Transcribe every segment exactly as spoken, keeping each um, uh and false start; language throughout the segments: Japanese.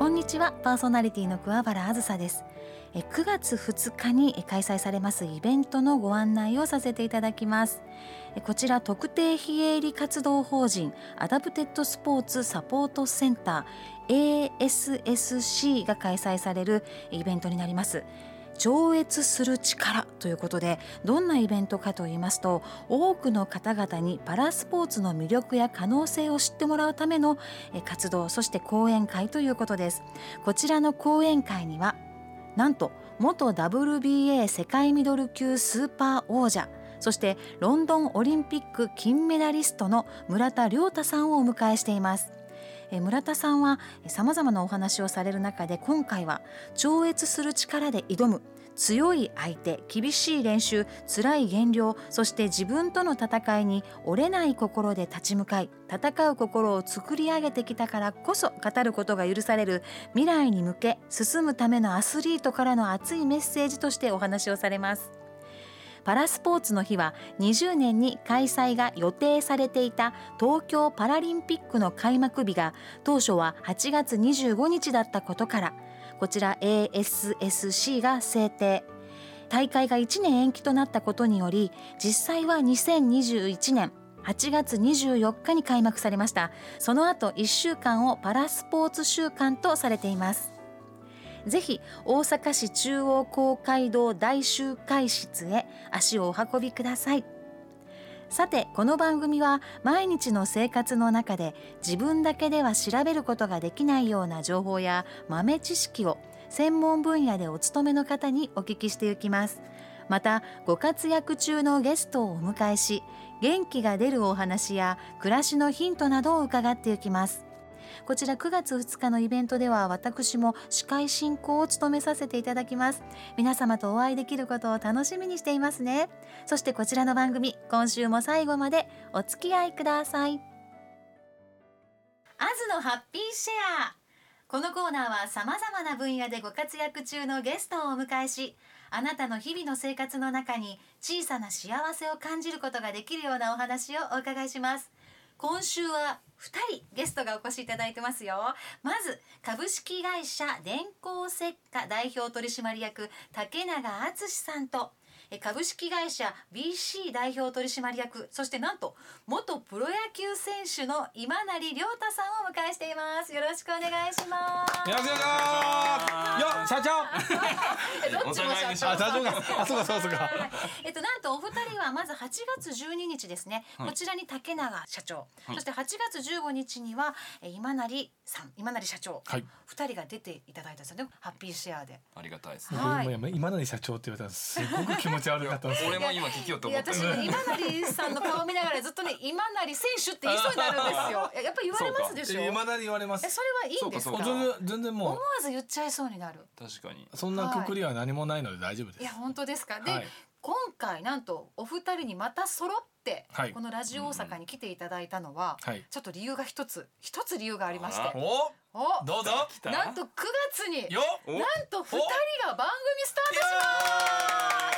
こんにちは、パーソナリティの桑原あずさです。えくがつふつかに開催されますイベントのご案内をさせていただきます。こちら特定非営利活動法人アダプテッドスポーツサポートセンター エーエスエスシー が開催されるイベントになります。超越する力ということで、どんなイベントかと言いますと、多くの方々にパラスポーツの魅力や可能性を知ってもらうための活動、そして講演会ということです。こちらの講演会にはなんと元 ダブリュービーエー 世界ミドル級スーパー王者、そしてロンドンオリンピック金メダリストの村田諒太さんをお迎えしています。え村田さんはさまざまなお話をされる中で、今回は超越する力で挑む、強い相手、厳しい練習、辛い減量、そして自分との戦いに折れない心で立ち向かい、戦う心を作り上げてきたからこそ語ることが許される未来に向け進むためのアスリートからの熱いメッセージとしてお話をされます。パラスポーツの日はにじゅうねんに開催が予定されていた東京パラリンピックの開幕日が当初ははちがつにじゅうごにちだったことから、こちら エーエスエスシー が制定。大会がいちねん延期となったことにより、実際はにせんにじゅういちねんはちがつにじゅうよっかに開幕されました。その後いっしゅうかんをパラスポーツ週間とされています。ぜひ大阪市中央公会堂大集会室へ足をお運びください。さて、この番組は毎日の生活の中で自分だけでは調べることができないような情報や豆知識を専門分野でお勤めの方にお聞きしていきます。またご活躍中のゲストをお迎えし、元気が出るお話や暮らしのヒントなどを伺っていきます。こちらくがつふつかのイベントでは私も司会進行を務めさせていただきます。皆様とお会いできることを楽しみにしていますね。そしてこちらの番組、今週も最後までお付き合いください。アズのハッピーシェア。このコーナーは様々な分野でご活躍中のゲストをお迎えし、あなたの日々の生活の中に小さな幸せを感じることができるようなお話をお伺いします。今週はふたりゲストがお越しいただいてますよ。まず株式会社電光石火代表取締役竹永敦さんと、株式会社 ビーシー 代表取締役、そしてなんと元プロ野球選手の今成亮太さんをお迎えしています。よろしくお願いします。 よろしくお願いします。よっ、社長。 どっちも社長。 あ、社長が。あ、そうかそうかそうか。 えっとなんとお二人はまずはちがつじゅうににちですね。はい、こちらに竹永社長、はい、そしてはちがつじゅうごにちには今成さん、今成社長、はい、ふたりが出ていただいたんですよね。ハッピーシェアで。 ありがたいですね。 はい、今成社長って言われたらすごく気持ち悪かったんですよ。 俺も今聞きようと思って。 私ね、今成さんの顔見ながらずっとね、今成選手って言いそうになるんですよ。やっぱり言われますでしょ。 今成言われます。 え、それはいいんですか。 全然全然もう思わず言っちゃいそうになる。 確かに。 そんなくくりは何もないので大丈夫です。 いや本当ですか。で、 はい、 今回なんとお二人にまた揃って、はい、このラジオ大阪に来ていただいたのは、はい、ちょっと理由が一つ一つ理由がありまして。 おお、どうぞ。 なんとくがつによなんとふたりが番組スタートします。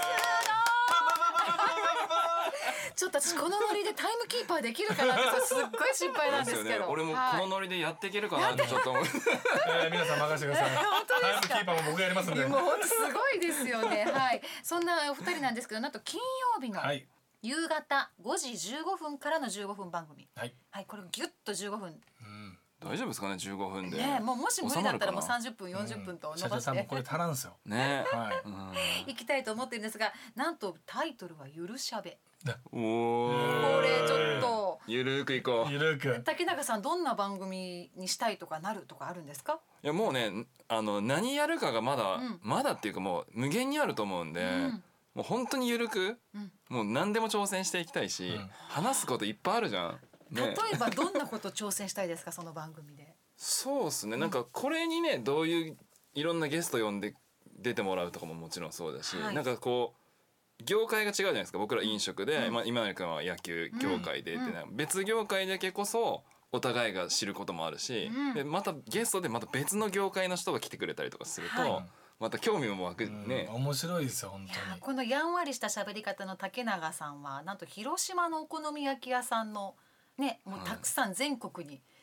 ちょっと私このノリでタイムキーパーできるかなってすっごい心配なんですけど、 ね、俺もこのノリでやっていけるかなってちょっと思う、 えー、皆さん任せてください。 本当ですか。 タイムキーパーも僕やりますんで。 もう本当すごいですよね。はい、そんなお二人なんですけど、なんと金曜日の夕方ごじじゅうごふんからのじゅうごふん番組、はい、はい、これギュッとじゅうごふん、うん、 大丈夫ですかねじゅうごふんで、 ね、もうもし無理だったらもうさんじゅっぷんよんじゅっぷんと伸ばして、 社長さんもこれ足らんすよね、 はい、 うん、 行きたいと思ってるんですが、なんとタイトルはゆるしゃべ。 おー、 これちょっとゆるくいこう。 ゆるく。 竹中さん、どんな番組にしたいとかなるとかあるんですか。 いやもうね、あの何やるかがまだ、うん、まだっていうかもう無限にあると思うんで、うん、もう本当にゆるく、うん、もう何でも挑戦していきたいし、うん、話すこといっぱいあるじゃん、ね、 例えばどんなこと挑戦したいですかその番組で。 そうですね、なんかこれにねどういういろんなゲスト呼んで出てもらうとかももちろんそうだし、はい、なんかこう業界が違うじゃないですか。僕ら飲食で、うん、まあ、今成君は野球業界でって、うん、別業界だけこそお互いが知ることもあるし、うん、でまたゲストでまた別の業界の人が来てくれたりとかすると、はい、また興味も湧くね、 うん、面白いですよ本当に。 このやんわりした喋り方の竹永さんはなんと広島のお好み焼き屋さんのね、もうたくさん全国に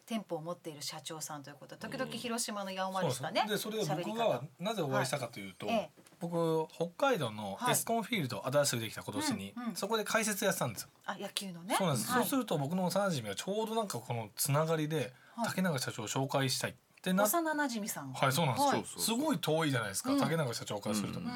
店舗を持っている社長さんということで、時々広島の八尾丸したね、 でそれで僕がなぜお会いしたかというと、 はいええ、 僕北海道のエスコンフィールド新しくできた今年に、 うんうん、 そこで解説やってたんですよ。 あ、野球のね。 そうなんです、 はい、 そうすると僕の幼馴染がちょうどなんかこのつながりで、はい、竹永社長を紹介したいってな、 幼馴染さん、 はい、そうなんですよ、 はい、 すごい遠いじゃないですか、うん、竹永社長からすると、うん、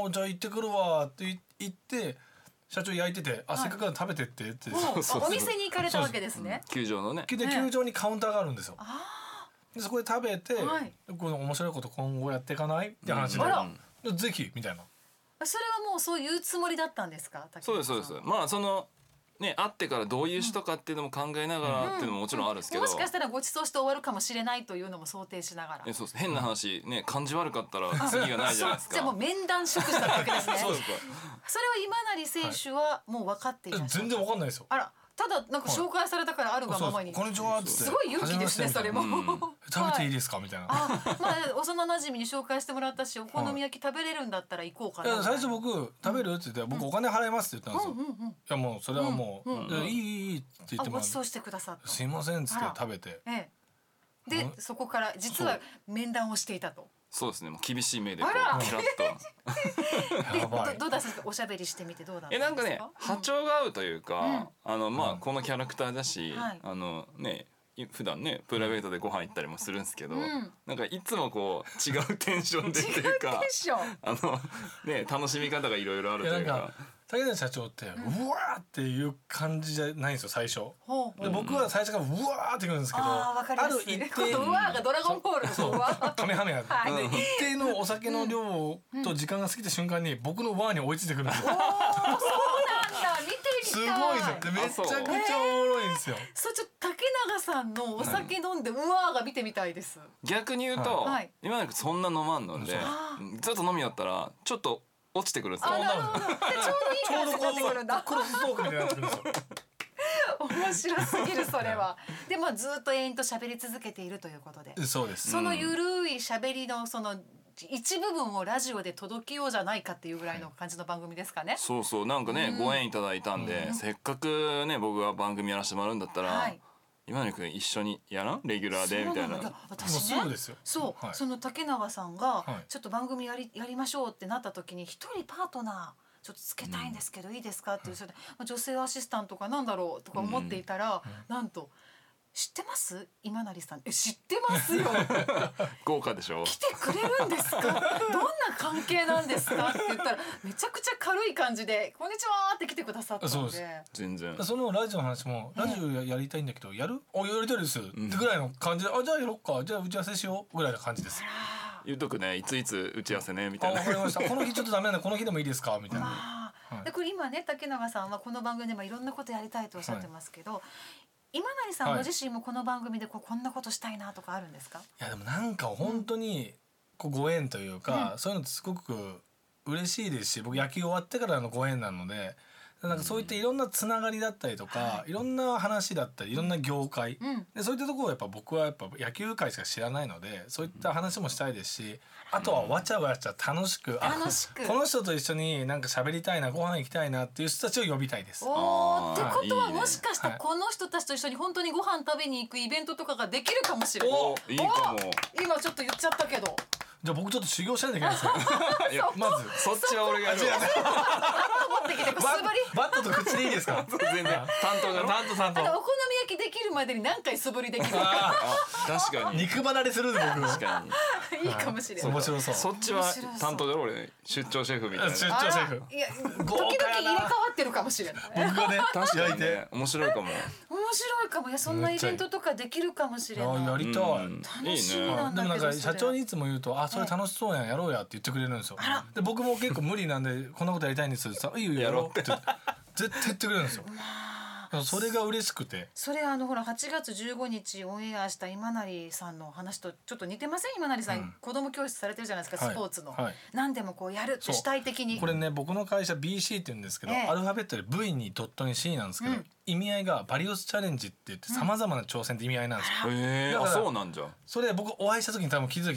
のじゃあ行ってくるわって言って社長焼いてて、あ、はい、せっかくなんで食べてって言って、 そうそう、お店に行かれたわけですね。 球場のね。 で球場にカウンターがあるんですよ。 あでそこで食べて、はい、この面白いこと今後やっていかないって話で、うん、ぜひみたいな。 それはもうそういうつもりだったんですか。 そうですそうです。まあそのね、会ってからどういう人かっていうのも考えながらっていうのももちろんあるんですけど、 もしかしたらご馳走して終わるかもしれないというのも想定しながら。 え、そうです。変な話ね、感じ悪かったら次がないじゃないですか。 じゃあもう面談祝したわけですね。 そうですか。 それは今成選手はもう分かっていらっしゃる。 全然分かんないですよ。 あら、ただなんか紹介されたからあるがままに、 こんにちはって、 すごい勇気ですねそれも。 食べていいですかみたいな。 あ、まあ幼馴染に紹介してもらったし、お好み焼き食べれるんだったら行こうかな。 最初僕食べるって言って僕お金払いますって言ったんですよ。いやもうそれはもういいいいって言ってもらって、 ご馳走してくださった。 すいませんっつって食べて。 でそこから実は面談をしていたと。 そうですね、もう厳しい目でこうキラッと。どうだったんですか、おしゃべりしてみてどうだったんですか。 え、なんかね、波長が合うというか、あのまあこのキャラクターだし、あのね、普段ねプライベートでご飯行ったりもするんですけど、なんかいつもこう違うテンションでっていうか、あのね楽しみ方がいろいろあるというか。 竹内社長ってうわーっていう感じじゃないんですよ最初。で僕は最初からうわーってくるんですけど、ある一定うわーがドラゴンボールのうわーカメハメが一定のお酒の量と時間が過ぎた瞬間に僕のわーに追いついてくるんですよ。 そうなんだ、見てみたい。 すごいですよ。めちゃくちゃおもろいんですよ。 そう、ちょっと竹永さんのお酒飲んでうわーが見てみたいです。 逆に言うと今なんかそんな飲まんので、ずっと飲みよったらちょっと落ちてくるんですよ。 あ、なるほど。でちょうどいい感じになってくるんだ。 クロストークみたいになってくるんですよ。 面白すぎるそれは。でもずっと延々と喋り続けているということで。 そうです。 そのゆるい喋りのその一部分をラジオで届けようじゃないかっていうぐらいの感じの番組ですかね。 そうそう、なんかね、ご縁いただいたんで、せっかくね僕が番組やらせてもらうんだったら。今成君一緒にやらんレギュラーでみたいな。 私ね、そう、その竹永さんがちょっと番組やりやりましょうってなった時に一人パートナーちょっとつけたいんですけどいいですかっていう、それで女性アシスタントかなんだろうとか思っていたら、なんと知ってます今成さん。え、知ってますよ。 豪華でしょ。 来てくれるんですか。どんな関係なんですかって言ったらめちゃくちゃ軽い感じでこんにちはって来てくださったので。 全然そのラジオの話もラジオやりたいんだけどやる？お、やりたいですってぐらいの感じで、あ、じゃあやろっか、じゃあ打ち合わせしようぐらいの感じです。 言うとくね、いついつ打ち合わせねみたいな。 わかりました。この日ちょっとダメなんでこの日でもいいですかみたいな。 でこれ今ね竹永さんはこの番組でもいろんなことやりたいとおっしゃってますけど、今成さんご自身もこの番組でこうこんなことしたいなとかあるんですか。 いやでもなんか本当にこうご縁というか、そういうのってすごく嬉しいですし、僕野球終わってからのご縁なので、なんかそういったいろんなつながりだったりとか、はい、いろんな話だったりいろんな業界、うん、でそういったところをやっぱ僕はやっぱ野球界しか知らないので、そういった話もしたいですし、あとはわちゃわちゃ楽しく、 楽しくこの人と一緒になんか喋りたいな、ご飯行きたいなっていう人たちを呼びたいです。 おー、ってことはもしかしてこの人たちと一緒に本当にご飯食べに行くイベントとかができるかもしれない。 おいいかも。 今ちょっと言っちゃったけど。 じゃあ僕ちょっと修行しないといけないですよ。いやまずそっちは俺がやる。 持ってきてくすぶり。 バットと口でいいですか。 全然担当が担当担当。 お好み焼きできるまでに何回素振りできるか。 確かに。 肉離れするで僕。 確かに。いいかもしれない。 面白そう。 そっちは担当だろ俺出張シェフみたいな。 出張シェフ。 いや時々入れ替わってるかもしれない。 僕がね確かにね面白いかも。 面白いかも。いやそんなイベントとかできるかもしれない。 やりたい。 楽しみなんだけど。 でもなんか社長にいつも言うと、あ、それ楽しそうやんやろうやって言ってくれるんですよ。で僕も結構無理なんでこんなことやりたいんですって言ったら、いいよやろうって絶対言ってくれるんですよ。それが嬉しくて。 それあのほらはちがつじゅうごにちオンエアした今成さんの話とちょっと似てません？今成さん、うん、子供教室されてるじゃないですか、スポーツの、はいはい、何でもこうやるって主体的に。 これね僕の会社 ビーシー って言うんですけど、ええ、アルファベットで ブイ にドットに シー なんですけど、うん、意味合いがバリオスチャレンジって言ってさまざまな挑戦って意味合いなんですよ。 へえ、あ、そうなんじゃ。 それ僕お会いした時に多分聞いた時に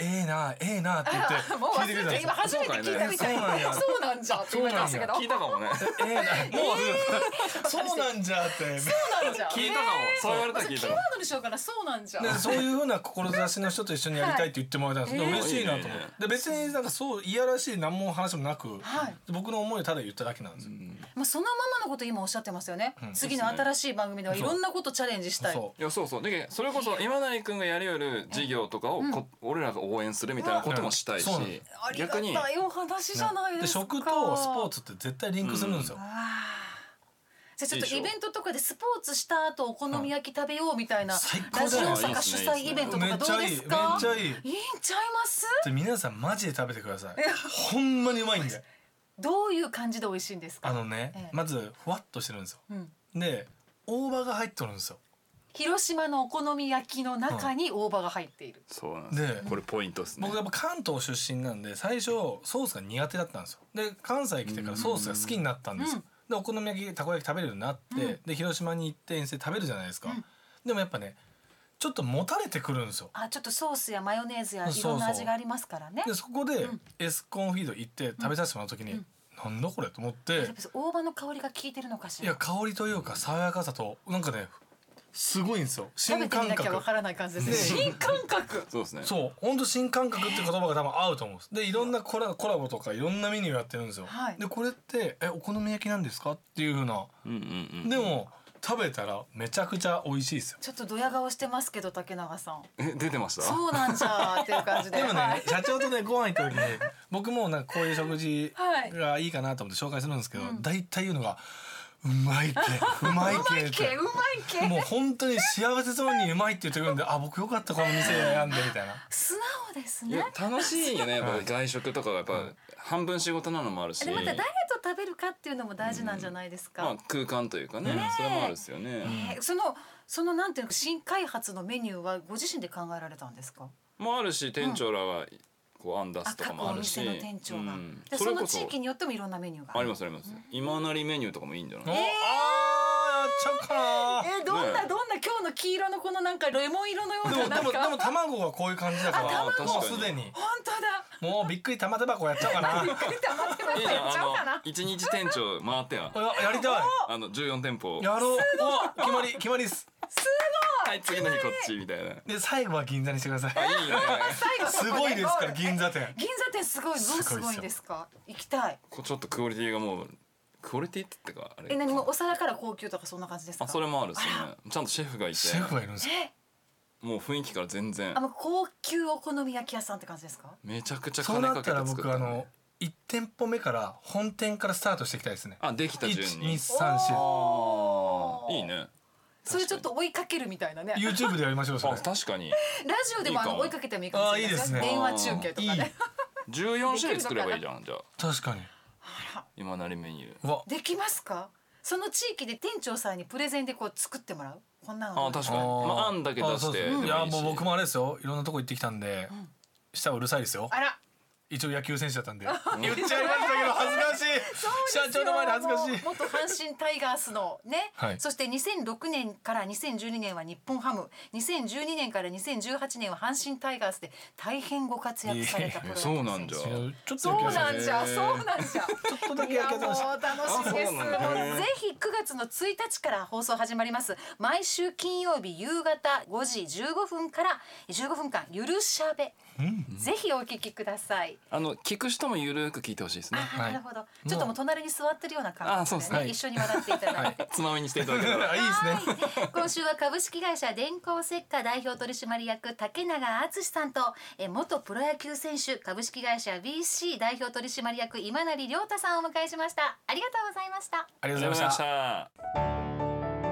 ええなええなって言ってもう聞いてくれたんですよ。 今初めて聞いたみたいな、 そうなんやそうなんじゃって言われましたけど、 聞いたかもねええなもうそうなんじゃってそうなんじゃ聞いたかも、そう言われたら聞いたかもキーワードにしようかな、そうなんじゃ。 でそういう風な志の人と一緒にやりたいって言ってもらえたんですけど、 はい嬉しいなと思ってで別になんかそういやらしい何も話もなく、 はい僕の思いをただ言っただけなんですよ。 まあそのままのこと今おっしゃってますよね、 うん次の新しい番組ではいろんなことチャレンジしたい。 そいやそうそうだけどそれこそ今成君がやりよる事業とかをこ、俺らが応援するみたいなこともしたいし、 そうなんありが逆にたいお話じゃないですか。 で食とスポーツって絶対リンクするんですよ。 あーじゃあちょっといいでしょイベントとかでスポーツした後お好み焼き食べようみたいな、 最高ラジオだよ大阪主催イベントとかどうめっちゃいいめっですか。 ちゃいい。 いいんちゃいます。 で皆さんマジで食べてください。ほんまにうまいんで。 どういう感じで美味しいんですか。 あのね、 ええまずふわっとしてるんですよ。 うんで大葉が入ってるんですよ。 広島のお好み焼きの中に大葉が入っている。 そうなんですでこれポイントですね。 僕やっぱ関東出身なんで最初ソースが苦手だったんですよ。で関西来てからソースが好きになったんですよ。でお好み焼きたこ焼き食べるようになって、 うんで広島に行って遠征食べるじゃないですか。 うんでもやっぱねちょっともたれてくるんですよ。 あ、ちょっとソースやマヨネーズやいそうそうろんな味がありますからね。 でそこでうんエスコンフィード行って食べさせてもらう時に、 うんなんだこれと思って、 やっぱ大葉の香りが効いてるのかしら。 いや香りというか爽やかさとなんかねすごいんですよ。 食べ新感てみなきゃわ覚。 からない感じですね。 ね新感覚。 そうですね。 そう本当新感覚って言葉が多分合うと思うんです。でいろんなコラコラボとかいろんなメニューやってるんですよ。 はいでこれってえお好み焼きなんですかっていう風な、 うんうんうん。 でも食べたらめちゃくちゃ美味しいですよ。 ちょっとドヤ顔してますけど竹永さん。 え出てました。 そうなんじゃーっていう感じで。 でもね、 はい社長とねご飯行った時に僕もなんかこういう食事はいがいいかなと思って紹介するんですけど、 うん大体言うのがうまいけうまいけっうまいけてうまいけ。 もう本当に幸せそうにうまいって言ってくるんであ僕よかったこの店選んでみたいな。 素直ですいやね。 楽しいよねやっぱはい外食とかがやっぱ半分仕事なのもあるし。 でまた誰と食べるかっていうのも大事なんじゃないですか。 まあ空間というかねねえそれもあるですよね。 えーそのそのなんていうの新開発のメニューはご自身で考えられたんですか。 もあるし店長らがこう案出あ、 すとか各おもあるし。 店の店長が。 うんでそのそれこそ地域によってもいろんなメニューがありますあります。今なりメニューとかもいいんじゃおない。 あーやっちゃおうかな。 えー、どんなねどんな今日の黄色のこのなんかレモン色のようでもでななんかもでも卵がこういう感じだからあ卵もうすでに本当だ。 もうびっくり玉手箱やっちゃおうかな。 びっくりたまってますいいじゃんやっちゃおうかあのな。 一日店長回ってや。 ややりたい。 あのじゅうよん店舗。 やろう。お決まり決まりっす。 はい次の日こっちみたいな。 で最後は銀座にしてください。 あいいね。 最後すごいですから銀座店。 銀座店すごいどうすごいんですか。行きたい。 こうちょっとクオリティがもうクオリティって言ってかあれ。 え、何もお皿から高級とかそんな感じですか。 あそれもあるっすね。ちゃんとシェフがいて。 シェフがいるんですよ。 え、 もう雰囲気から全然あの高級お好み焼き屋さんって感じですか。 めちゃくちゃそう金かけなったらて作ったね僕あの一店舗目から本店からスタートしていきたいですね。 あできた順一に二三四。 おーいいね。 それちょっと追いかけるみたいなね。 YouTube でやりましょうそれあ。確かにラジオでもあいいかもの追いかけてもいいかもしれないあーいいですね電話中継とかいいね。 じゅうよん種類作ればいいじゃんじゃあ確かに。 今なりメニュー。 うわ。 できますか。その地域で店長さんにプレゼンでこう作ってもらう。こんなのあ確かにあーまあ案だけ出してあそうそうでもいいしいやもう僕もあれですよいろんなとこ行ってきたんで、 ん下はうるさいですよ。 あら。 一応野球選手だったんで言っちゃいましたけど恥ずかしい。社長の前で恥ずかしい。 もう元阪神タイガースのね、 はいそしてにせんろくねんからにせんじゅうにねんは日本ハム、にせんじゅうにねんからにせんじゅうはちねんは阪神タイガースで大変ご活躍されたプロ野球選手。 そうなんじゃ違うちょっとそう野球選手なんじゃ、 へーそうなんじゃ。 ちょっとだけいやもう野球やってました。 楽しみです。 あそうなんだもうへーぜひくがつのついたちから放送始まります。毎週金曜日夕方ごじじゅうごふんからじゅうごふんかんゆるしゃべ、 うん。 ぜひお聞きください。 あの聞く人もゆるく聞いてほしいですね。 あ、なるほど。ちょっともう隣に座ってるような感あそうですね覚でね、一緒に笑っていただいて。 つまみにしていただけたら。 いいですね。 今週は株式会社電光石火代表取締役竹永敦さんとえ元プロ野球選手株式会社 ビーシー 代表取締役今成亮太さんをお迎えしました。ありがとうございました。 ありがありがとうございましとうございました。 た。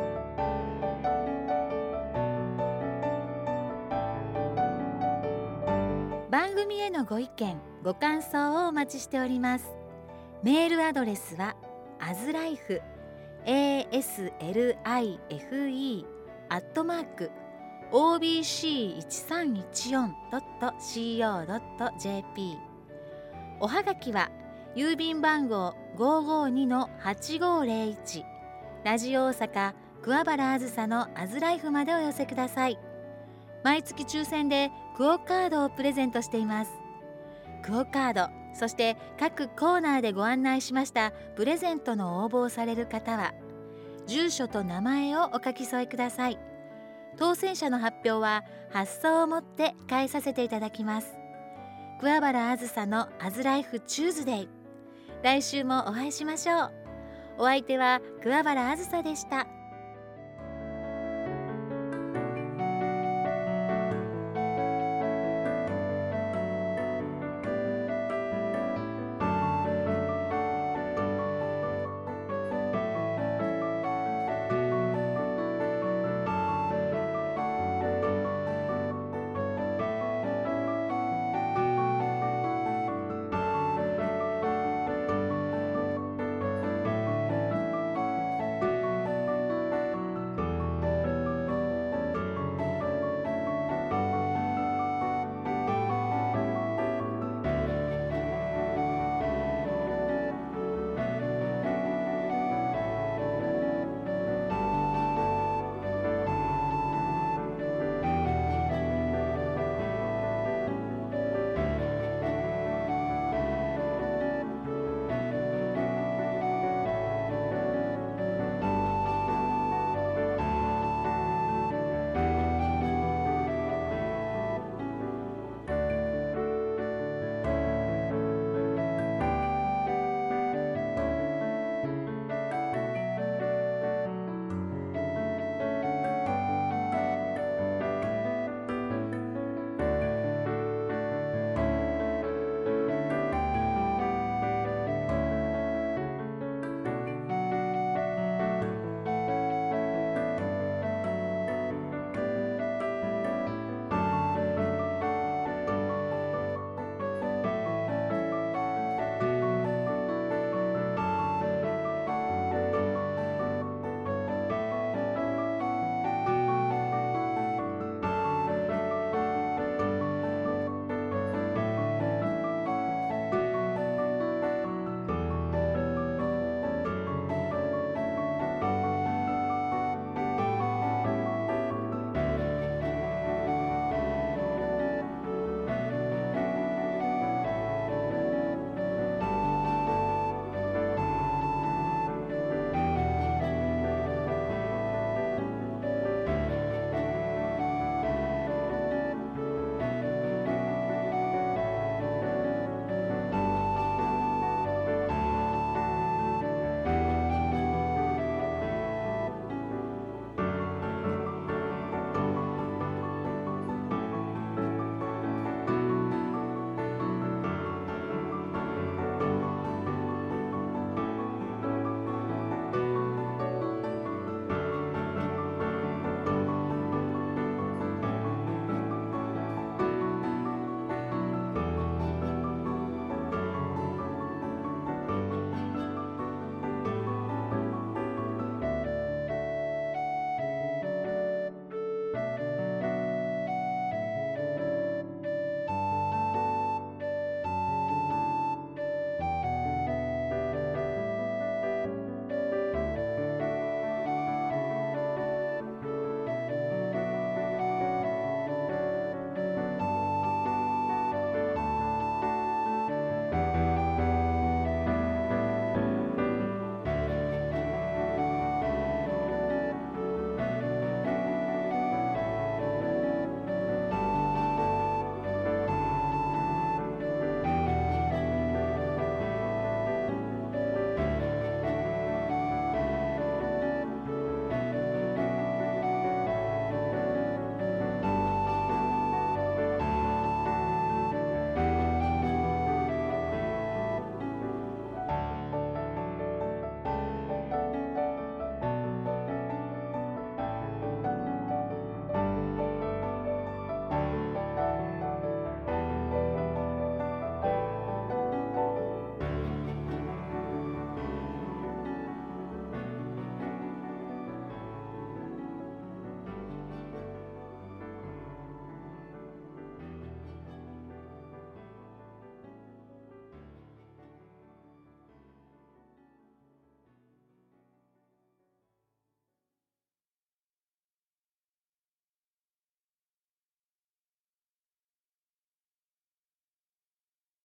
番組へのご意見ご感想をお待ちしております。メールアドレスはアズライフ エーエスエルアイエフイー アットマーク オービーシーいちさんいちよん ドット シーオー ドット ジェーピー。 おはがきは郵便番号 ごーごーにのはちごーぜろいち ラジオ大阪桑原あずさのアズライフまでお寄せください。毎月抽選でクオカードをプレゼントしています。クオカード、そして各コーナーでご案内しましたプレゼントの応募をされる方は住所と名前をお書き添えください。当選者の発表は発送をもって返させていただきます。桑原あずさのアズライフチューズデイ、来週もお会いしましょう。お相手は桑原あずさでした。